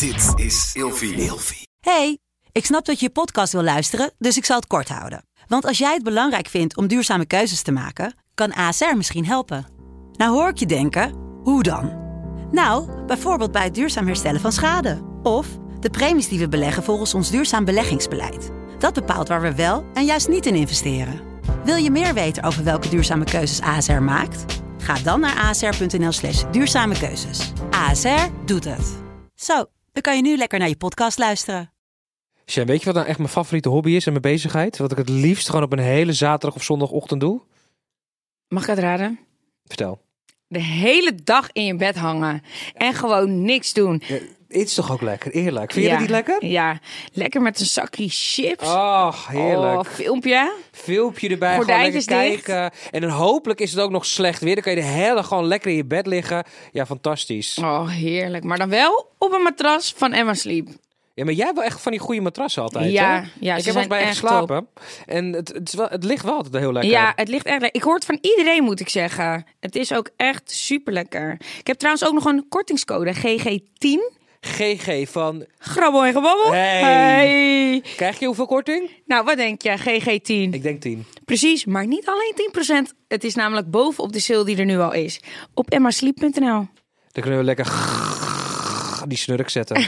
Dit is Ilfie. Hey, ik snap dat je je podcast wil luisteren, dus ik zal het kort houden. Want als jij het belangrijk vindt om duurzame keuzes te maken, kan ASR misschien helpen. Nou hoor ik je denken, hoe dan? Nou, bijvoorbeeld bij het duurzaam herstellen van schade. Of de premies die we beleggen volgens ons duurzaam beleggingsbeleid. Dat bepaalt waar we wel en juist niet in investeren. Wil je meer weten over welke duurzame keuzes ASR maakt? Ga dan naar asr.nl/duurzame keuzes. ASR doet het. Zo, dan kan je nu lekker naar je podcast luisteren. Sjen, weet je wat nou echt mijn favoriete hobby is en mijn bezigheid? Wat ik het liefst gewoon op een hele zaterdag of zondagochtend doe? Mag ik het raden? Vertel. De hele dag in je bed hangen en gewoon niks doen. Ja, het is toch ook lekker, eerlijk. Vind je dat niet lekker? Ja, lekker met een zakje chips. Oh, heerlijk. Oh, filmpje. Filmpje erbij, gewoon lekker kijken. En dan hopelijk is het ook nog slecht weer. Dan kan je de hele dag gewoon lekker in je bed liggen. Ja, fantastisch. Oh, heerlijk. Maar dan wel op een matras van Emma Sleep. Ja, maar jij hebt wel echt van die goede matrassen altijd, Ja, hè? ja, ik heb wel eens bij je geslapen. En het ligt wel altijd heel lekker. Ja, het ligt echt lekker. Ik hoor het van iedereen, moet ik zeggen. Het is ook echt super lekker. Ik heb trouwens ook nog een kortingscode, GG10. GG van... Grabbel en gebabbel. Hey. Krijg je hoeveel korting? Nou, wat denk je? GG10. Ik denk 10. Precies, maar niet alleen 10%. Het is namelijk bovenop de sale die er nu al is. Op emmasleep.nl. Dan kunnen we lekker die snurk zetten.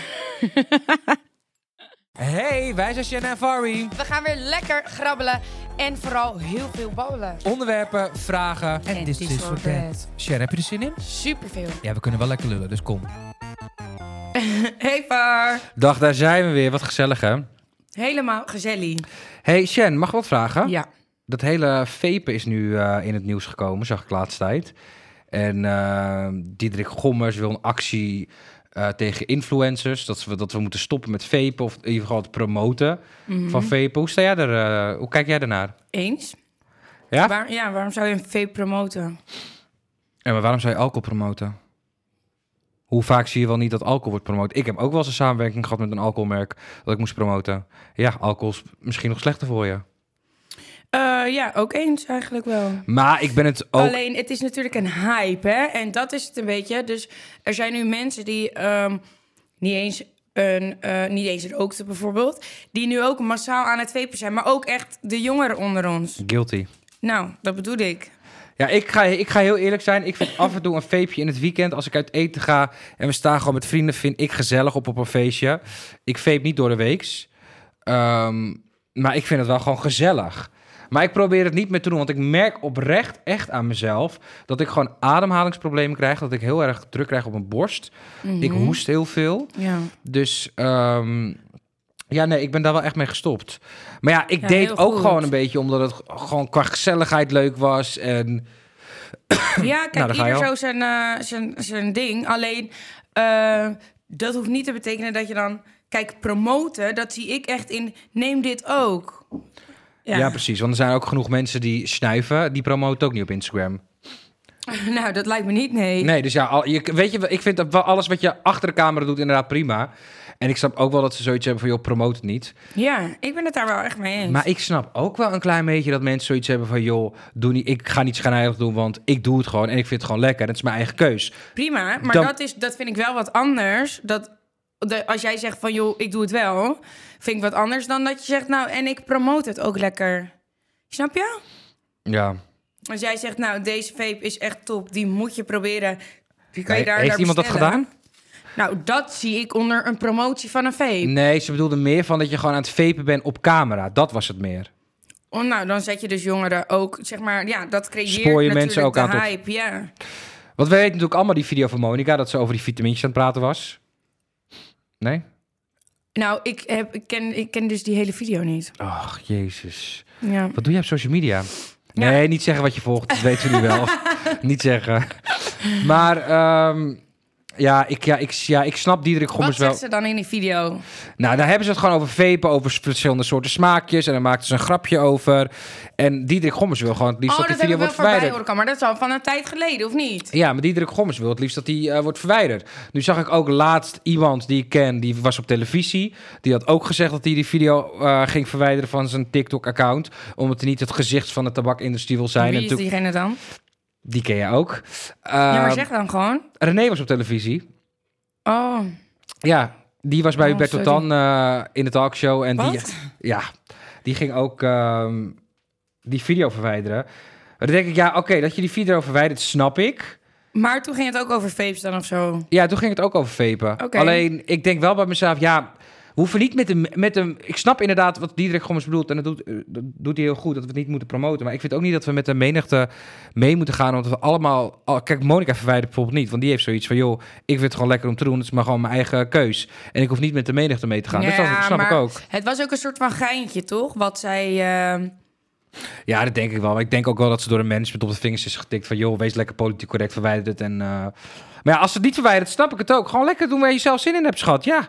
Hey, wij zijn Sjen en Fari. We gaan weer lekker grabbelen en vooral heel veel babbelen. Onderwerpen, vragen En This is for that. Sjen, heb je er zin in? Superveel. Ja, we kunnen wel lekker lullen, dus kom. Hey Var. Dag, daar zijn we weer. Wat gezellig, hè? Helemaal gezellig. Hey, Sjen, mag ik wat vragen? Ja. Dat hele vapen is nu in het nieuws gekomen, zag ik laatst tijd. En Diederik Gommers wil een actie tegen influencers. Dat we moeten stoppen met vapen of in ieder geval het promoten van vapen. Hoe sta jij er? Hoe kijk jij ernaar? Eens? Ja? Waarom zou je een vape promoten? Ja, maar waarom zou je alcohol promoten? Hoe vaak zie je wel niet dat alcohol wordt promoten? Ik heb ook wel eens een samenwerking gehad met een alcoholmerk dat ik moest promoten. Ja, alcohol is misschien nog slechter voor je. Ja, ook eens eigenlijk wel. Maar ik ben het ook... Alleen, het is natuurlijk een hype, hè? En dat is het een beetje. Dus er zijn nu mensen die niet eens rookten bijvoorbeeld, die nu ook massaal aan het vapen zijn. Maar ook echt de jongeren onder ons. Guilty. Nou, dat bedoel ik. Ja, ik ga heel eerlijk zijn. Ik vind af en toe een vapeje in het weekend. Als ik uit eten ga en we staan gewoon met vrienden, vind ik gezellig op een feestje. Ik vape niet door de weeks. Maar ik vind het wel gewoon gezellig. Maar ik probeer het niet meer te doen, want ik merk oprecht echt aan mezelf dat ik gewoon ademhalingsproblemen krijg, dat ik heel erg druk krijg op mijn borst. Ik hoest heel veel. Ja. Dus ja, nee, ik ben daar wel echt mee gestopt. Maar ja, ik deed ook goed. gewoon een beetje omdat het gewoon qua gezelligheid leuk was. En Ja, kijk, Nou, ieder zo zijn ding. Alleen, dat hoeft niet te betekenen dat je dan... Kijk, promoten, dat zie ik echt in... Neem dit ook. Ja, precies. Want er zijn ook genoeg mensen die snuiven. Die promoten ook niet op Instagram. Nou, dat lijkt me niet, nee. Nee, dus ja, weet je, ik vind dat wel alles wat je achter de camera doet inderdaad prima. En ik snap ook wel dat ze zoiets hebben van, joh, promoot het niet. Ja, ik ben het daar wel echt mee eens. Maar ik snap ook wel een klein beetje dat mensen zoiets hebben van, joh, ik ga niet schijneilig doen, want ik doe het gewoon en ik vind het gewoon lekker. Het is mijn eigen keus. Prima, maar dat vind ik wel wat anders. Als jij zegt van, joh, ik doe het wel, vind ik wat anders dan dat je zegt, nou, en ik promoot het ook lekker. Snap je? Ja. Als jij zegt, nou, deze vape is echt top, die moet je proberen. Die kan je daar Heeft iemand dat bestellen. gedaan? Nou, dat zie ik onder een promotie van een vape. Nee, ze bedoelde meer van dat je gewoon aan het vapen bent op camera. Dat was het meer. Oh, nou, dan zet je dus jongeren ook, zeg maar, ja, dat creëert Spoor je natuurlijk mensen ook de aan tot- hype, ja. Want we weten natuurlijk allemaal die video van Monica, dat ze over die vitamintjes aan het praten was. Nee? Nou, ik ken dus die hele video niet. Ach, jezus. Ja. Wat doe je op social media? Nee, niet zeggen wat je volgt. Dat weten we nu wel. Niet zeggen. Maar ik snap Diederik Wat Gommers wel. zegt ze dan in die video? Nou, daar hebben ze het gewoon over vapen, over verschillende soorten smaakjes. En dan maakten ze een grapje over. En Diederik Gommers wil gewoon het liefst dat die video wordt verwijderd. Maar dat is al van een tijd geleden, of niet? Ja, maar Diederik Gommers wil het liefst dat die wordt verwijderd. Nu zag ik ook laatst iemand die ik ken, die was op televisie. Die had ook gezegd dat hij die video ging verwijderen van zijn TikTok-account. Omdat hij niet het gezicht van de tabakindustrie wil zijn. Wie is diegene dan? Die ken je ook. Ja, maar zeg dan gewoon. René was op televisie. Oh. Ja, Die was bij Huberto sorry. Tan in de talkshow. En Wat? die ging ook die video verwijderen. Dan denk ik, oké, dat je die video verwijdert, snap ik. Maar toen ging het ook over vapes dan of zo. Ja, toen ging het ook over vapen. Oké. Alleen, ik denk wel bij mezelf, we hoeven niet met hem... Ik snap inderdaad wat Diederik Gommers bedoelt. En dat doet hij heel goed, dat we het niet moeten promoten. Maar ik vind ook niet dat we met de menigte mee moeten gaan. Want we allemaal... Kijk, Monica verwijdert bijvoorbeeld niet. Want die heeft zoiets van, joh, ik vind het gewoon lekker om te doen. Het is maar gewoon mijn eigen keus. En ik hoef niet met de menigte mee te gaan. Dus dat snap ik ook. Het was ook een soort van geintje, toch? Wat zij... Ja, dat denk ik wel. Maar ik denk ook wel dat ze door de management op de vingers is getikt. Van, joh, wees lekker politiek correct, verwijder het. En, maar ja, als ze het niet verwijdert, snap ik het ook. Gewoon lekker doen waar je zelf zin in hebt, schat. Ja.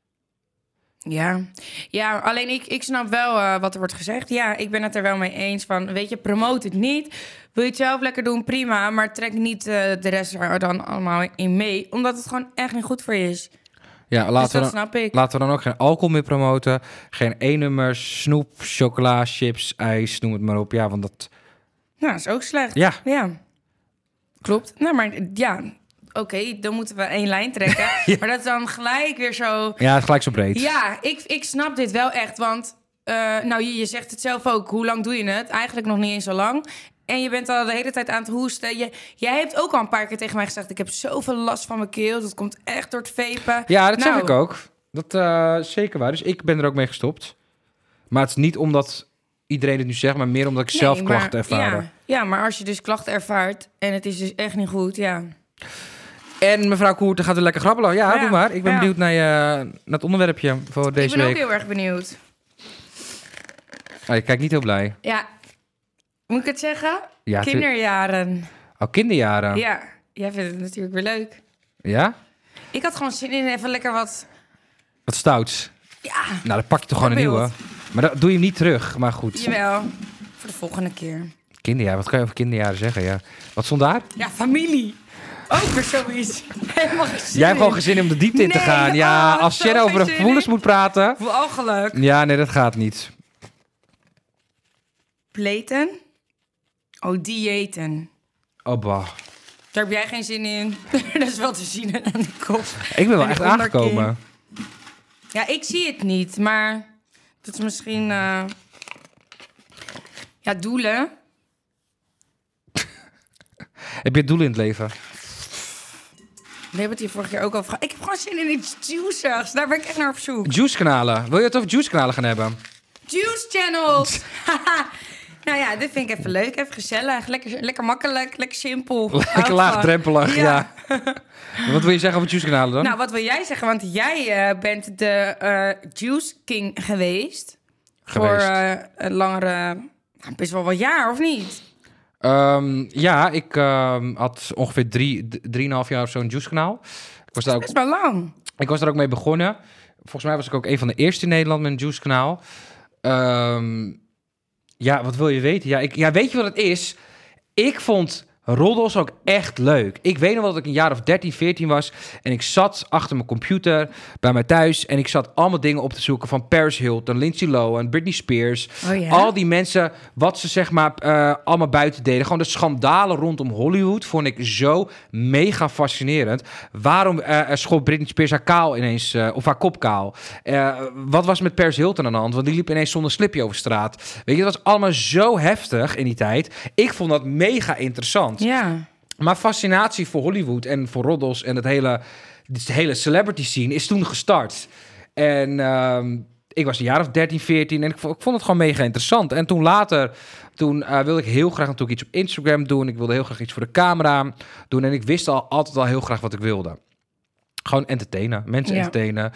Ja, alleen ik snap wel wat er wordt gezegd. Ja, ik ben het er wel mee eens van, weet je, promote het niet. Wil je het zelf lekker doen, prima. Maar trek niet de rest er dan allemaal in mee. Omdat het gewoon echt niet goed voor je is. Ja, Snap ik. laten we dan ook geen alcohol meer promoten. Geen E-nummers, snoep, chocola, chips, ijs, noem het maar op. Ja, want dat... Nou, dat is ook slecht. Ja. Klopt. Nou, maar ja, oké, dan moeten we één lijn trekken. Ja. Maar dat is dan gelijk weer zo... Ja, het is gelijk zo breed. Ja, ik snap dit wel echt, want... nou, je zegt het zelf ook. Hoe lang doe je het? Eigenlijk nog niet eens zo lang. En je bent al de hele tijd aan het hoesten. Jij hebt ook al een paar keer tegen mij gezegd... ik heb zoveel last van mijn keel. Dat komt echt door het vapen. Ja, dat zeg ik ook. Dat is zeker waar. Dus ik ben er ook mee gestopt. Maar het is niet omdat iedereen het nu zegt... maar meer omdat ik zelf klachten ervaar. Ja, maar als je dus klachten ervaart... en het is dus echt niet goed, ja. En mevrouw Koerten gaat er lekker grabbelen. Ja, doe maar. Ik ben benieuwd naar het onderwerpje voor deze week. Ik ben ook heel erg benieuwd. Oh, je kijkt niet heel blij. Ja. Moet ik het zeggen? Ja, Kinderjaren. Oh, kinderjaren. Ja, jij vindt het natuurlijk weer leuk. Ja? Ik had gewoon zin in even lekker wat... Wat stouts. Ja. Nou, dan pak je toch gewoon een nieuwe. Maar dan doe je hem niet terug. Maar goed. Jawel. Voor de volgende keer. Kinderjaren, wat kan je over kinderjaren zeggen? Ja. Wat stond daar? Ja, familie. Ook weer zoiets. Helemaal geen zin Jij hebt gewoon in. geen zin om de diepte in te Nee, gaan. Ja, als zo Shannon over geen de zin gevoelens in. moet praten. Walgelijk. Ja, nee, dat gaat niet. Pleten? Oh, diëten. Oh, bah. Daar heb jij geen zin in. Dat is wel te zien aan de kop. Ik ben wel En echt die onderkin. aangekomen. Ja, ik zie het niet, maar dat is misschien... Ja, doelen. Heb je doelen in het leven? We hebben het hier vorige keer ook over gehad. Ik heb gewoon zin in iets juicigs. Daar ben ik echt naar op zoek. Juice-kanalen. Wil je het over juice-kanalen gaan hebben? Juice channels. Nou ja, dit vind ik even leuk. Even gezellig. Lekker makkelijk. Lekker simpel. Lekker laagdrempelig, ja. Wat wil je zeggen over juice-kanalen dan? Nou, wat wil jij zeggen? Want jij bent de Juice King geweest. Voor een langere... best wel wat jaar, of niet? Ja, ik had ongeveer 3,5 jaar of zo een juice-kanaal. Best wel lang. Ik was daar ook mee begonnen. Volgens mij was ik ook een van de eerste in Nederland met een juice-kanaal. Ja, wat wil je weten? Ja, weet je wat het is? Ik vond roddels ook echt leuk. Ik weet nog wel dat ik een jaar of 13, 14 was... en ik zat achter mijn computer bij mij thuis... en ik zat allemaal dingen op te zoeken van Paris Hilton, Lindsay Lohan, Britney Spears. Oh ja? Al die mensen, wat ze zeg maar allemaal buiten deden. Gewoon de schandalen rondom Hollywood vond ik zo mega fascinerend. Waarom schoot Britney Spears haar kaal ineens, of haar kop kaal? Wat was met Paris Hilton aan de hand? Want die liep ineens zonder slipje over straat. Weet je, dat was allemaal zo heftig in die tijd. Ik vond dat mega interessant. Ja. Maar fascinatie voor Hollywood en voor roddels en de hele celebrity scene is toen gestart. En ik was een jaar of 13, 14 en ik vond het gewoon mega interessant. En toen later, wilde ik heel graag natuurlijk iets op Instagram doen. Ik wilde heel graag iets voor de camera doen. En ik wist altijd al heel graag wat ik wilde. Gewoon entertainen, mensen entertainen.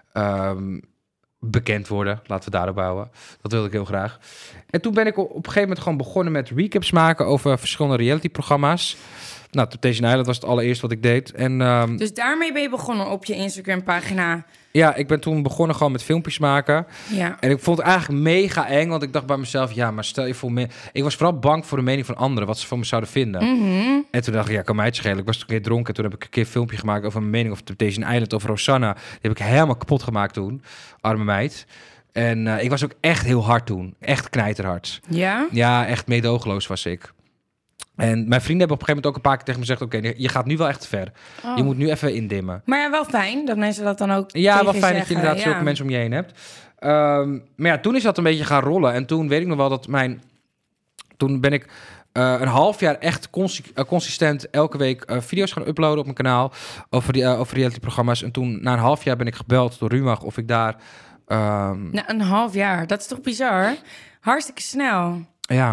Bekend worden, laten we daarop bouwen. Dat wilde ik heel graag. En toen ben ik op een gegeven moment gewoon begonnen met recaps maken over verschillende realityprogramma's. Nou, Temptation Island was het allereerst wat ik deed. En, Dus daarmee ben je begonnen op je Instagram-pagina. ja, ik ben toen begonnen gewoon met filmpjes maken. Ja. En ik vond het eigenlijk mega eng, want ik dacht bij mezelf... ja, maar stel je voor... Ik was vooral bang voor de mening van anderen, wat ze van me zouden vinden. Mm-hmm. En toen dacht ik, ja, kan mij het schelen. Ik was toen een keer dronken. Toen heb ik een keer een filmpje gemaakt over mijn mening over Temptation Island, over Rosanna. Die heb ik helemaal kapot gemaakt toen. Arme meid. En ik was ook echt heel hard toen. Echt knijterhard. Ja? Ja, echt meedogenloos was ik. En mijn vrienden hebben op een gegeven moment ook een paar keer tegen me gezegd... oké, je gaat nu wel echt te ver. Je moet nu even indimmen. Maar ja, wel fijn dat mensen dat dan ook Ja, wel tegen fijn je dat je zeggen. inderdaad zulke mensen om je heen hebt. Maar ja, toen is dat een beetje gaan rollen. En toen weet ik nog wel dat toen ben ik een half jaar echt consistent elke week video's gaan uploaden op mijn kanaal over realityprogramma's. En toen na een half jaar ben ik gebeld door Rumach of ik daar... Nou, een half jaar, dat is toch bizar? Hartstikke snel.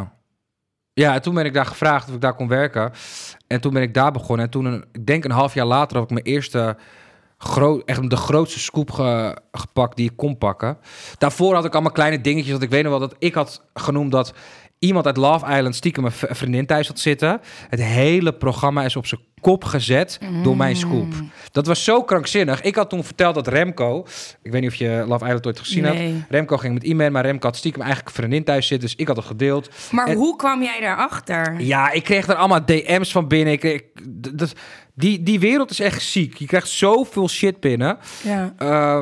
Ja, en toen ben ik daar gevraagd of ik daar kon werken. En toen ben ik daar begonnen. En toen, ik denk een half jaar later, had ik mijn eerste... echt de grootste scoop gepakt die ik kon pakken. Daarvoor had ik allemaal kleine dingetjes. Dat ik weet nog wel dat ik had genoemd dat... iemand uit Love Island stiekem een vriendin thuis had zitten. Het hele programma is op zijn kop gezet door mijn scoop. Dat was zo krankzinnig. Ik had toen verteld dat Remco... Ik weet niet of je Love Island ooit gezien hebt. Remco ging met e-mail, maar Remco had stiekem eigenlijk een vriendin thuis zitten. Dus ik had het gedeeld. Maar hoe kwam jij daarachter? Ja, ik kreeg er allemaal DM's van binnen. Die wereld is echt ziek. Je krijgt zoveel shit binnen. Ja.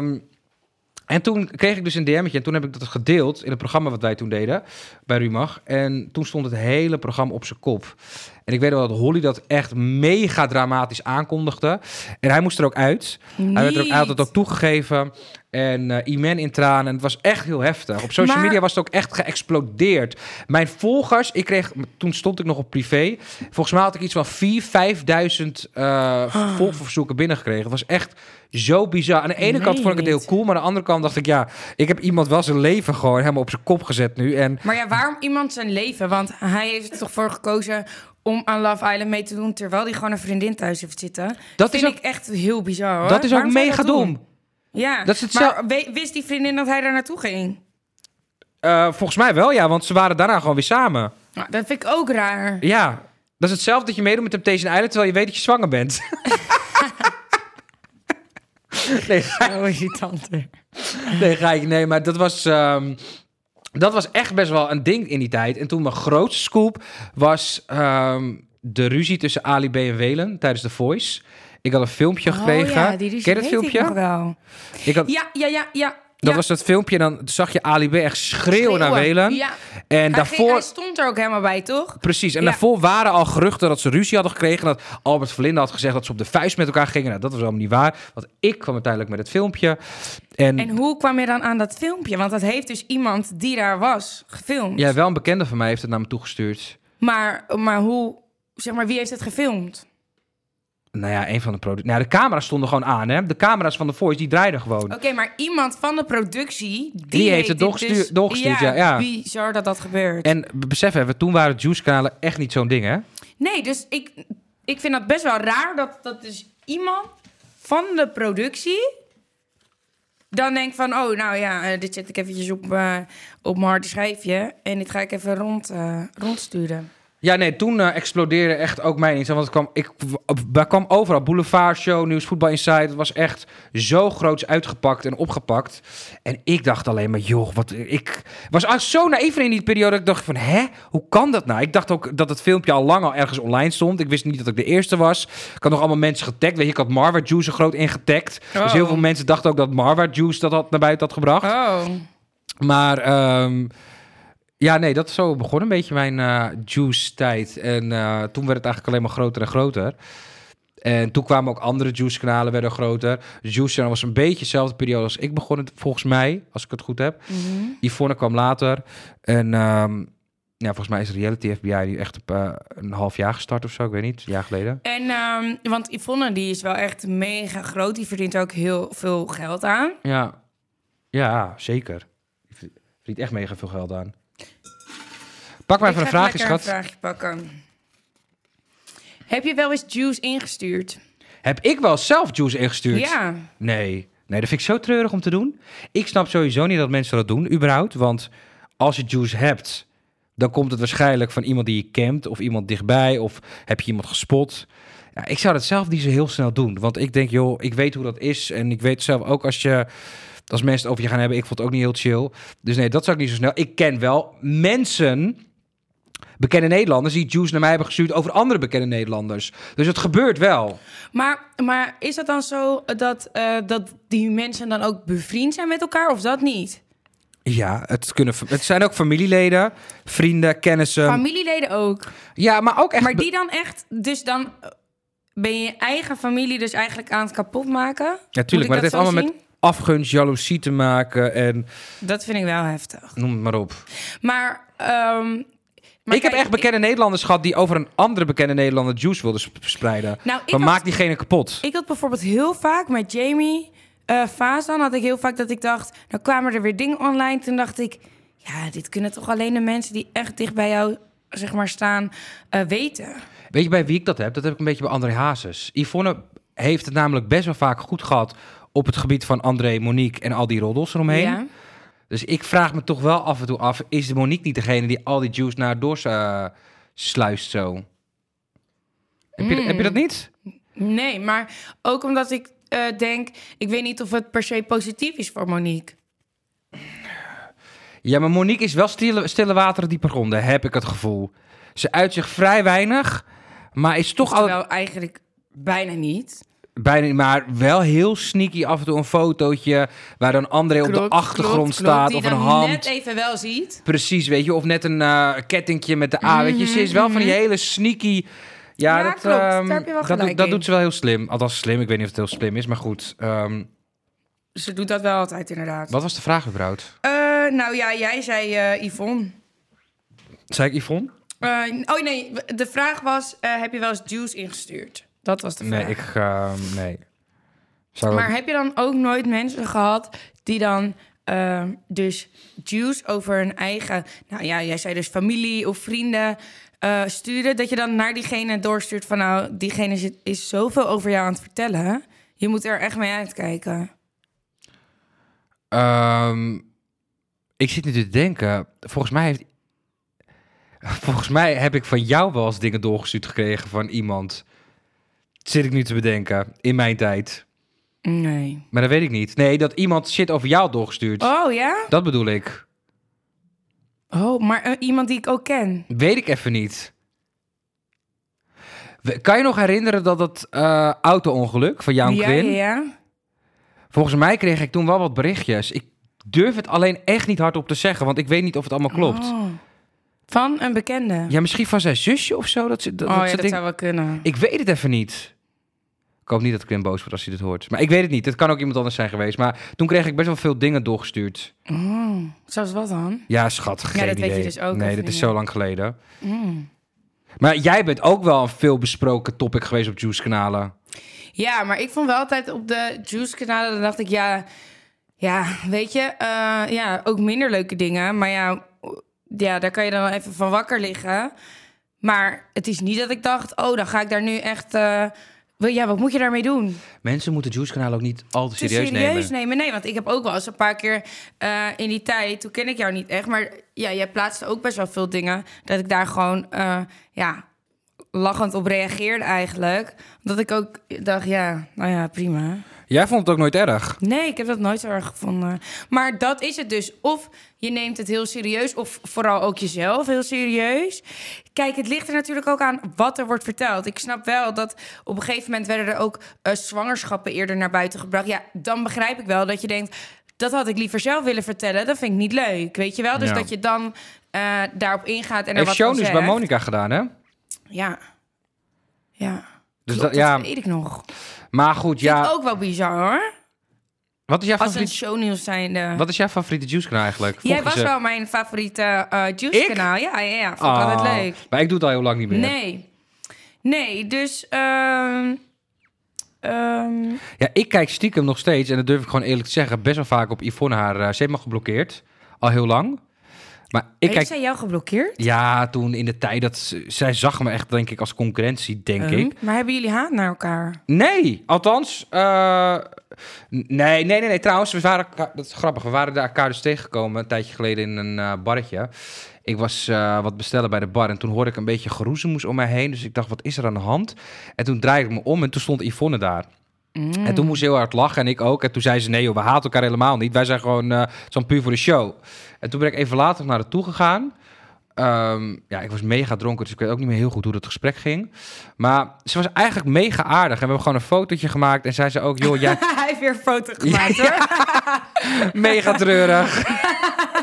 En toen kreeg ik dus een DM'tje en toen heb ik dat gedeeld in het programma wat wij toen deden bij Rumach. En toen stond het hele programma op zijn kop. En ik weet wel dat Holly dat echt mega dramatisch aankondigde. En hij moest er ook uit. Hij had het ook toegegeven. En Iman in tranen. En het was echt heel heftig. Op social media was het ook echt geëxplodeerd. Mijn volgers, toen stond ik nog op privé. Volgens mij had ik iets van 4.000-5.000 volgverzoeken binnengekregen. Het was echt zo bizar. Aan de ene kant vond ik het heel cool. Maar aan de andere kant dacht ik, ja, ik heb iemand wel zijn leven gewoon helemaal op zijn kop gezet nu. Maar ja, waarom iemand zijn leven? Want hij heeft er toch voor gekozen om aan Love Island mee te doen, terwijl hij gewoon een vriendin thuis heeft zitten. Dat vind ik echt heel bizar, hoor. Dat is ook mega dom. Ja, dat is maar wist die vriendin dat hij daar naartoe ging? Volgens mij wel, ja, want ze waren daarna gewoon weer samen. Nou, dat vind ik ook raar. Ja, dat is hetzelfde dat je meedoet met Temptation Island, terwijl je weet dat je zwanger bent. Nee, maar dat was echt best wel een ding in die tijd. En toen mijn grootste scoop was de ruzie tussen Ali B en Welen tijdens The Voice. Ik had een filmpje gekregen. Ja, die ruzie. Ken je dat filmpje? Ik nog wel. Ja. Dat was dat filmpje en dan zag je Ali B echt schreeuwen naar Welen. Ja. En hij stond er ook helemaal bij, toch? Precies. En daarvoor waren al geruchten dat ze ruzie hadden gekregen. Dat Albert Verlinde had gezegd dat ze op de vuist met elkaar gingen. Nou, dat was allemaal niet waar. Want ik kwam uiteindelijk met het filmpje. En hoe kwam je dan aan dat filmpje? Want dat heeft dus iemand die daar was gefilmd. Ja, wel een bekende van mij heeft het naar me toegestuurd. Maar hoe... Zeg maar, wie heeft het gefilmd? Nou ja, een van de producties. Nou, de camera's stonden gewoon aan, hè? De camera's van The Voice, die draaiden gewoon. Oké, maar iemand van de productie... Die heeft het doorgestuurd, ja. Bizar dat gebeurt. En besef even, toen waren Juice-kanalen echt niet zo'n ding, hè? Nee, dus ik vind dat best wel raar dat dus iemand van de productie dan denkt van... oh, nou ja, dit zet ik eventjes op mijn harde schijfje en dit ga ik even rondsturen. Ja, nee, toen explodeerde echt ook mijn Insta. Want ik kwam overal. Boulevard Show, Nieuws, Voetbal Inside. Het was echt zo groots uitgepakt en opgepakt. En ik dacht alleen maar, joh, ik was zo naïef in die periode. Ik dacht van, hoe kan dat nou? Ik dacht ook dat het filmpje al lang ergens online stond. Ik wist niet dat ik de eerste was. Ik had nog allemaal mensen getagd. Weet je, ik had Marwa Juice er groot in getagd. Oh. Dus heel veel mensen dachten ook dat Marwa Juice dat naar buiten had gebracht. Oh. Maar... ja, nee, dat is zo begon een beetje mijn Juice-tijd. En toen werd het eigenlijk alleen maar groter en groter. En toen kwamen ook andere Juice-kanalen, werden groter. Juice was een beetje dezelfde periode als ik begon, volgens mij, als ik het goed heb. Mm-hmm. Yvonne kwam later. En volgens mij is Reality FBI die echt op een half jaar gestart of zo, ik weet niet, een jaar geleden. En, want Yvonne, die is wel echt mega groot. Die verdient ook heel veel geld aan. Ja, zeker. Die verdient echt mega veel geld aan. Pak maar even een vraagje, schat. Ik ga een vraagje pakken. Heb je wel eens Juice ingestuurd? Heb ik wel zelf Juice ingestuurd? Ja. Nee, dat vind ik zo treurig om te doen. Ik snap sowieso niet dat mensen dat doen, überhaupt. Want als je Juice hebt, dan komt het waarschijnlijk van iemand die je kent... of iemand dichtbij, of heb je iemand gespot. Ja, ik zou dat zelf niet zo heel snel doen. Want ik denk, joh, ik weet hoe dat is. En ik weet zelf ook als mensen het over je gaan hebben... ik vond het ook niet heel chill. Dus nee, dat zou ik niet zo snel. Ik ken wel mensen... bekende Nederlanders die Juice naar mij hebben gestuurd over andere bekende Nederlanders. Dus het gebeurt wel. Maar is dat dan zo dat die mensen dan ook bevriend zijn met elkaar of dat niet? Ja, het zijn ook familieleden, vrienden, kennissen. Familieleden ook. Ja, maar ook echt... Maar die dan echt... Dus dan ben je eigen familie dus eigenlijk aan het kapot maken? Ja, tuurlijk, maar het heeft allemaal met afgunst, jaloezie te maken en... Dat vind ik wel heftig. Noem het maar op. Maar ik heb echt bekende Nederlanders gehad die over een andere bekende Nederlander juice wilden verspreiden. Nou, maak diegene kapot. Ik had bijvoorbeeld heel vaak met Jamie Fazan had ik heel vaak dat ik dacht... Dan kwamen er weer dingen online. Toen dacht ik, ja, dit kunnen toch alleen de mensen die echt dicht bij jou, zeg maar, staan, weten. Weet je bij wie ik dat heb? Dat heb ik een beetje bij André Hazes. Yvonne heeft het namelijk best wel vaak goed gehad op het gebied van André, Monique en al die roddels eromheen. Ja. Dus ik vraag me toch wel af en toe af, is de Monique niet degene die al die juice naar door sluist zo? Heb je dat niet? Nee, maar ook omdat ik denk, ik weet niet of het per se positief is voor Monique. Ja, maar Monique is wel stille wateren diepe gronden, heb ik het gevoel. Ze uit zich vrij weinig, maar is toch al... Wel eigenlijk bijna niet. Bijna, maar wel heel sneaky af en toe een fotootje waar dan André op de achtergrond staat of een hand. Die net even wel ziet. Pretingje, weet je, of net een kettingje met de A, weet je. Ze is wel van die hele sneaky... Ja, dat, klopt. Daar heb je wel gelijk dat doet ze wel heel slim. Althans slim, ik weet niet of het heel slim is, maar goed. Ze doet dat wel altijd, inderdaad. Wat was de vraag überhaupt? Nou ja, jij zei Yvonne. Zei ik Yvonne? Oh nee, de vraag was, heb je wel eens juice ingestuurd? Dat was de vraag. Nee. Maar heb je dan ook nooit mensen gehad die dan dus juice over hun eigen... Nou ja, jij zei dus familie of vrienden sturen... dat je dan naar diegene doorstuurt van... nou, diegene is zoveel over jou aan het vertellen. Je moet er echt mee uitkijken. Ik zit nu te denken... Volgens mij heb ik van jou wel eens dingen doorgestuurd gekregen van iemand... Zit ik nu te bedenken, in mijn tijd. Nee. Maar dat weet ik niet. Nee, dat iemand shit over jou had doorgestuurd. Oh, ja? Dat bedoel ik. Oh, maar iemand die ik ook ken? Weet ik even niet. Kan je nog herinneren dat het auto-ongeluk van jou en Quinn? Ja. Volgens mij kreeg ik toen wel wat berichtjes. Ik durf het alleen echt niet hardop te zeggen, want ik weet niet of het allemaal klopt. Oh. Van een bekende? Ja, misschien van zijn zusje of zo. Dat zou wel kunnen. Ik weet het even niet. Ik hoop niet dat Quinn boos wordt als hij dit hoort. Maar ik weet het niet. Het kan ook iemand anders zijn geweest. Maar toen kreeg ik best wel veel dingen doorgestuurd. Oh, zoals wat dan? Ja, schat, geen idee. Weet je dus ook. Nee, dat is zo lang geleden. Maar jij bent ook wel een veel besproken topic geweest op Juice-kanalen. Ja, maar ik vond wel altijd op de Juice-kanalen... dan dacht ik, ja, weet je... ook minder leuke dingen. Maar ja, daar kan je dan even van wakker liggen. Maar het is niet dat ik dacht... oh, dan ga ik daar nu echt... wat moet je daarmee doen? Mensen moeten Juice-kanalen ook niet al te serieus nemen. Nee, want ik heb ook wel eens een paar keer in die tijd... toen ken ik jou niet echt, maar ja, jij plaatste ook best wel veel dingen... dat ik daar gewoon lachend op reageerde eigenlijk. Dat ik ook dacht, prima. Jij vond het ook nooit erg? Nee, ik heb dat nooit zo erg gevonden. Maar dat is het dus. Of je neemt het heel serieus, of vooral ook jezelf heel serieus. Kijk, het ligt er natuurlijk ook aan wat er wordt verteld. Ik snap wel dat op een gegeven moment werden er ook zwangerschappen eerder naar buiten gebracht. Ja, dan begrijp ik wel dat je denkt, dat had ik liever zelf willen vertellen. Dat vind ik niet leuk, weet je wel? Dus dat je dan daarop ingaat en er wat van zegt. Heeft Show dus bij Monica gedaan, hè? Ja. Dus klopt, dat weet ik nog. Maar goed, vind ik ook wel bizar, hoor. Wat is jouw favoriete... Als een shownieuws zijnde. Wat is jouw favoriete Juice-kanaal eigenlijk? Jij was wel mijn favoriete Juice-kanaal. Ja. Vond ik altijd leuk. Maar ik doe het al heel lang niet meer. Nee, dus... Ja, ik kijk stiekem nog steeds, en dat durf ik gewoon eerlijk te zeggen... best wel vaak op Yvonne haar... ze heeft me geblokkeerd. Al heel lang. Maar heeft zij jou geblokkeerd? Ja, toen in de tijd dat... Zij zag me echt, denk ik, als concurrentie, denk ik. Maar hebben jullie haat naar elkaar? Nee, althans... Nee. Trouwens, dat is grappig. We waren daar elkaar dus tegengekomen een tijdje geleden in een barretje. Ik was wat bestellen bij de bar en toen hoorde ik een beetje geroezemoes om mij heen. Dus ik dacht, wat is er aan de hand? En toen draaide ik me om en toen stond Yvonne daar. En toen moest ze heel hard lachen en ik ook. En toen zei ze, nee joh, we haten elkaar helemaal niet. Wij zijn gewoon zo'n puur voor de show. En toen ben ik even later naar haar toe gegaan. Ik was mega dronken, dus ik weet ook niet meer heel goed hoe dat gesprek ging. Maar ze was eigenlijk mega aardig. En we hebben gewoon een fotootje gemaakt. En zei ze ook, joh, jij... Hij heeft weer een foto gemaakt, hoor. Mega treurig.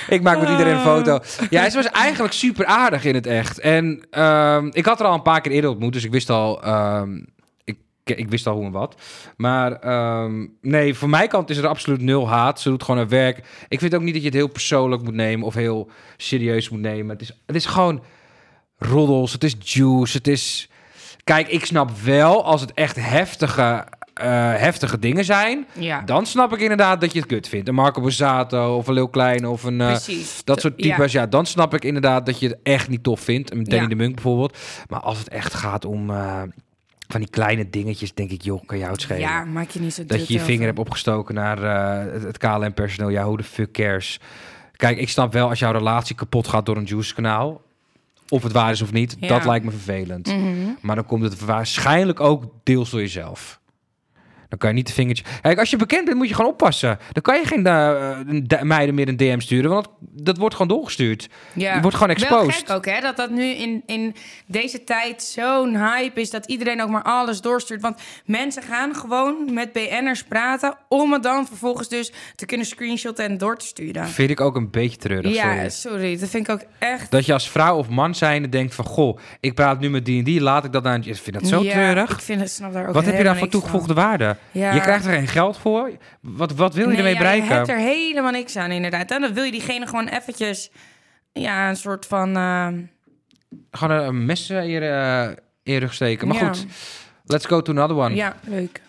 Ik maak met iedereen een foto. Ja, ze was eigenlijk super aardig in het echt. En ik had er al een paar keer eerder ontmoet, dus ik wist al... Ik wist al hoe en wat. Maar nee, voor mijn kant is er absoluut 0 haat. Ze doet gewoon haar werk. Ik vind ook niet dat je het heel persoonlijk moet nemen of heel serieus moet nemen. Het is gewoon roddels, het is juice, het is... Kijk, ik snap wel als het echt heftige dingen zijn. Ja. Dan snap ik inderdaad dat je het kut vindt. Een Marco Borsato of een Leeuw Klein of een... Precies. Dat soort types, ja, dan snap ik inderdaad dat je het echt niet tof vindt. Een Danny de Munk bijvoorbeeld. Maar als het echt gaat om... van die kleine dingetjes, denk ik, joh, kan jou het schelen. Ja, maak je niet zo dat je je vinger hebt opgestoken naar het KLM-personeel. Ja, hoe de fuck cares? Kijk, ik snap wel als jouw relatie kapot gaat door een Juice-kanaal. Of het waar is of niet, dat lijkt me vervelend. Maar dan komt het waarschijnlijk ook deels door jezelf. Dan kan je niet de vingertje... Kijk, als je bekend bent, moet je gewoon oppassen. Dan kan je geen meiden meer een DM sturen, want dat wordt gewoon doorgestuurd. Ja. Je wordt gewoon exposed. Wel gek ook, hè, dat nu in deze tijd zo'n hype is, dat iedereen ook maar alles doorstuurt. Want mensen gaan gewoon met BN'ers praten om het dan vervolgens dus te kunnen screenshotten en door te sturen. Vind ik ook een beetje treurig, Ja, sorry. Dat vind ik ook echt... Dat je als vrouw of man zijnde denkt van... Goh, ik praat nu met die, laat ik dat aan... Ik vind dat zo treurig. Ik vind het, snap daar ook wat heb je daar voor niks toegevoegde waarde? Ja. Je krijgt er geen geld voor. Wat wil je ermee bereiken? Je hebt er helemaal niks aan, inderdaad. En dan wil je diegene gewoon eventjes... Ja, een soort van... Gewoon een mes in je rug steken. Maar goed, let's go to another one. Ja, leuk.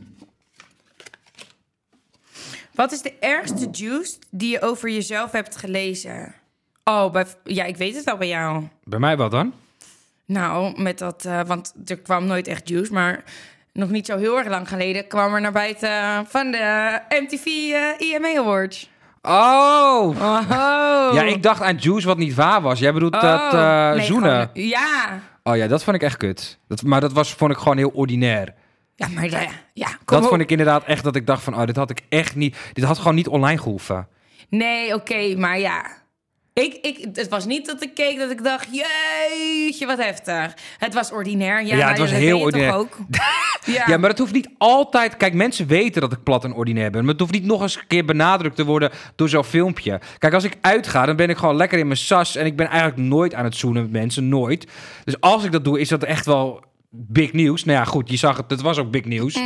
Wat is de ergste juice die je over jezelf hebt gelezen? Oh, ik weet het al bij jou. Bij mij wat dan? Nou, met dat... want er kwam nooit echt juice, maar... Nog niet zo heel erg lang geleden kwam er naar buiten van de MTV IMA Awards. Oh! Ja, ik dacht aan juice wat niet waar was. Jij bedoelt dat zoenen? Gewoon, ja. Oh ja, dat vond ik echt kut. Vond ik gewoon heel ordinair. Ja, maar dat vond ik inderdaad echt dat ik dacht van... Oh, dit had ik echt niet... Dit had gewoon niet online gehoeven. Nee, oké, maar ja... Het was niet dat ik keek dat ik dacht... Jeetje, wat heftig. Het was ordinair. Ja, het was heel ordinair. Toch ook? Ja, maar het hoeft niet altijd... Kijk, mensen weten dat ik plat en ordinair ben. Maar het hoeft niet nog eens een keer benadrukt te worden door zo'n filmpje. Kijk, als ik uitga, dan ben ik gewoon lekker in mijn sas. En ik ben eigenlijk nooit aan het zoenen met mensen. Nooit. Dus als ik dat doe, is dat echt wel big nieuws. Nou ja, goed, je zag het. Het was ook big nieuws.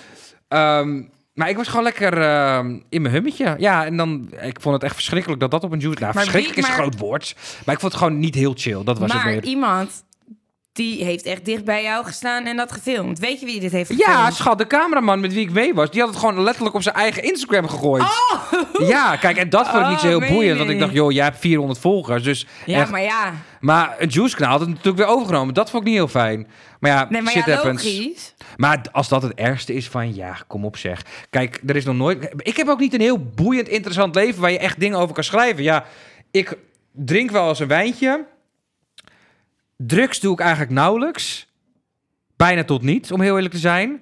Maar ik was gewoon lekker in mijn hummetje. Ja, en dan... Ik vond het echt verschrikkelijk dat dat op een juice... Nou, verschrikkelijk is een groot woord. Maar ik vond het gewoon niet heel chill. Dat was het meer. Maar iemand... Die heeft echt dicht bij jou gestaan en dat gefilmd. Weet je wie dit heeft gefilmd? Ja, schat, de cameraman met wie ik mee was... die had het gewoon letterlijk op zijn eigen Instagram gegooid. Oh! Ja, kijk, en dat vond ik niet zo heel boeiend. Want ik dacht, joh, jij hebt 400 volgers. Dus ja, echt... maar ja. Maar een Juice-kanaal had het natuurlijk weer overgenomen. Dat vond ik niet heel fijn. Maar ja, shit happens. Logisch. Maar als dat het ergste is van... Ja, kom op zeg. Kijk, er is nog nooit... Ik heb ook niet een heel boeiend, interessant leven... waar je echt dingen over kan schrijven. Ja, ik drink wel eens een wijntje... Drugs doe ik eigenlijk nauwelijks. Bijna tot niet, om heel eerlijk te zijn.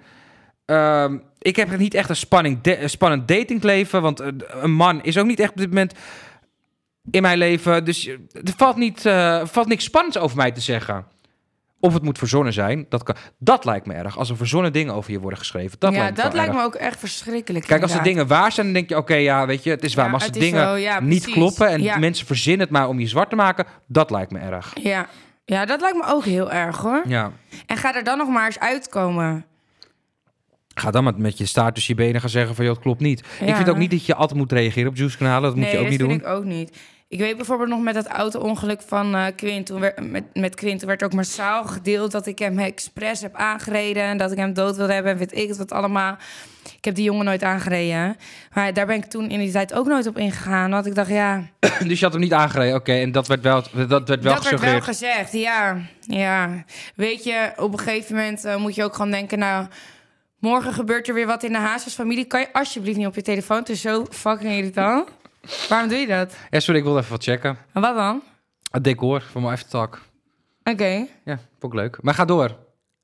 Ik heb niet echt een spannend datingleven. Want een man is ook niet echt op dit moment in mijn leven. Dus er valt niks spannends over mij te zeggen. Of het moet verzonnen zijn. Dat lijkt me erg. Als er verzonnen dingen over je worden geschreven. Dat lijkt me ook echt verschrikkelijk. Kijk, als de dingen waar zijn, dan denk je... Oké, ja, weet je, het is waar. Maar als de dingen niet kloppen... en mensen verzinnen het maar om je zwart te maken... dat lijkt me erg. Ja, dat lijkt me ook heel erg, hoor. Ja. En ga er dan nog maar eens uitkomen. Ga dan met je staart tussen je benen gaan zeggen van... joh, het klopt niet. Ja. Ik vind ook niet dat je altijd moet reageren op Juice-kanalen. Dat moet je ook niet doen. Nee, dat vind ik ook niet. Ik weet bijvoorbeeld nog met dat auto-ongeluk van Quint. Met Quint werd ook massaal gedeeld... dat ik hem expres heb aangereden... en dat ik hem dood wilde hebben en weet ik het wat allemaal... Ik heb die jongen nooit aangereden. Maar daar ben ik toen in die tijd ook nooit op ingegaan. Want ik dacht, ja... Dus je had hem niet aangereden, oké. En dat werd wel gesuggereerd. Dat werd wel gezegd, ja. Weet je, op een gegeven moment moet je ook gewoon denken... nou, morgen gebeurt er weer wat in de Hazes-familie. Kan je alsjeblieft niet op je telefoon? Het is zo fucking irritant. Waarom doe je dat? Ja, sorry, ik wilde even wat checken. En wat dan? Het decor van mijn aftertalk. Oké. Ja, vond ik leuk. Maar ga door.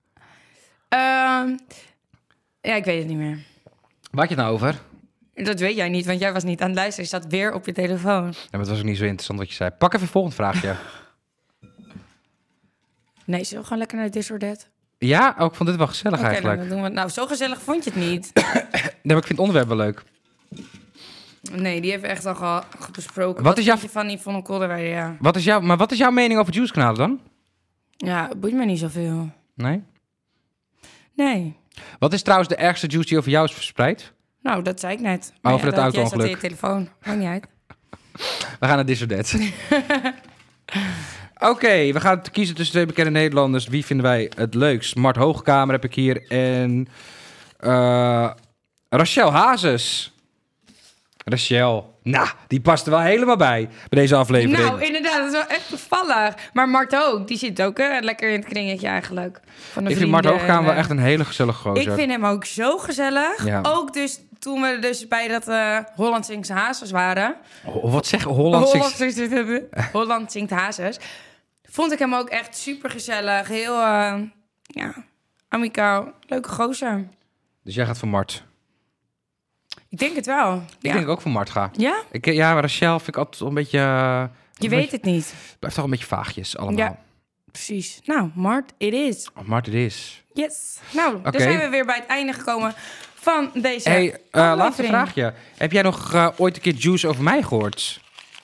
Ja, ik weet het niet meer. Waar had je het nou over? Dat weet jij niet, want jij was niet aan het luisteren. Je zat weer op je telefoon. Ja, maar het was ook niet zo interessant wat je zei. Pak even een volgend vraagje. Nee, zullen we gewoon lekker naar This or That? Ja, ik vond dit wel gezellig eigenlijk. Dan doen we... Nou, zo gezellig vond je het niet. Nee, maar ik vind het onderwerp wel leuk. Nee, die hebben we echt al besproken. Wat is jouw... vind je van Yvonne Kolderweijer, ja. Wat is jouw mening over Juice-kanalen dan? Ja, het boeit me niet zoveel. Nee? Nee. Wat is trouwens de ergste juice die over jou is verspreid? Nou, dat zei ik net. Over het auto-ongeluk. auto-ongeluk. Jij zat in je telefoon. Maakt niet uit. We gaan naar This or That. Oké, we gaan kiezen tussen twee bekende Nederlanders. Wie vinden wij het leukst? Mart Hoogkamer heb ik hier en Rachel Hazes. Rachel, nou, die past er wel helemaal bij deze aflevering. Nou, inderdaad, dat is wel echt toevallig. Maar Mart ook, die zit ook lekker in het kringetje eigenlijk. Van de Ik vind Mart Hoogkamer wel echt een hele gezellige gozer. Ik vind hem ook zo gezellig. Ja. Ook dus toen we dus bij dat Holland Zingt Hazes waren. Wat zeg Holland Holland Zingt Hazes. Vond ik hem ook echt super gezellig. Heel, amicaal. Leuke gozer. Dus jij gaat voor Mart? Ik denk het wel. Ik denk ook voor Mart ga. Ja? Maar Rachel vind ik altijd een beetje... Je weet het niet. Blijft toch een beetje vaagjes allemaal. Ja, precies. Nou, Mart, it is. Oh, Mart, het is. Yes. Nou, Oké. dan zijn we weer bij het einde gekomen van deze Hey, aflevering. laatste vraagje. Heb jij nog ooit een keer Juice over mij gehoord?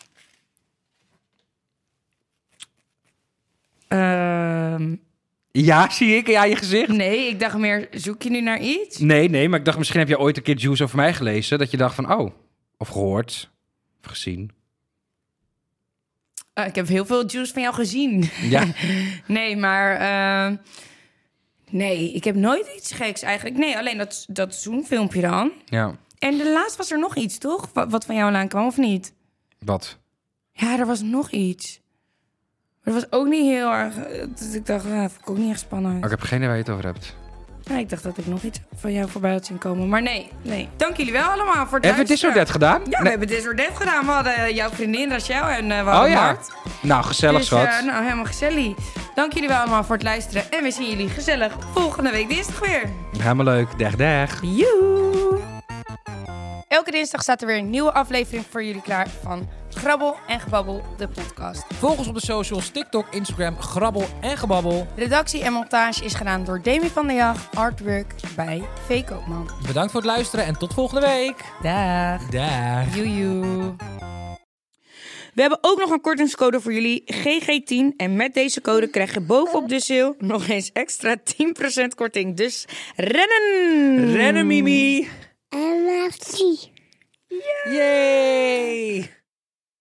Ja, zie ik aan je gezicht. Nee, ik dacht meer, zoek je nu naar iets? Nee, maar ik dacht misschien heb jij ooit een keer Juice over mij gelezen. Dat je dacht van, oh, of gehoord, of gezien. Ik heb heel veel Juice van jou gezien. Ja. Nee, maar... nee, ik heb nooit iets geks eigenlijk. Nee, alleen dat zoenfilmpje dan. Ja. En de laatst was er nog iets, toch? Wat van jou aankwam, of niet? Wat? Ja, er was nog iets. Maar dat was ook niet heel erg... Dus ik dacht, vond ik ook niet echt spannend. Oh, ik heb geen idee waar je het over hebt. Ja, ik dacht dat ik nog iets van jou voorbij had zien komen. Maar nee. Dank jullie wel allemaal voor het Hebben we This or That gedaan? Ja, we hebben This or That gedaan. We hadden jouw vriendin Rachel en we hadden Mart. Nou, gezellig Dus, schat. nou, helemaal gezellig. Dank jullie wel allemaal voor het luisteren. En we zien jullie gezellig volgende week dinsdag weer. Helemaal leuk. Dag. Joe! Elke dinsdag staat er weer een nieuwe aflevering voor jullie klaar van Grabbel en Gebabbel, de podcast. Volg ons op de socials, TikTok, Instagram, Grabbel en Gebabbel. Redactie en montage is gedaan door Demi van der Jag. Artwork bij V. Koopman. Bedankt voor het luisteren en tot volgende week. Dag. Dag. Joejoe. We hebben ook nog een kortingscode voor jullie, GG10. En met deze code krijg je bovenop de sale nog eens extra 10% korting. Dus rennen! Rennen, Mimi. En merci. Yay!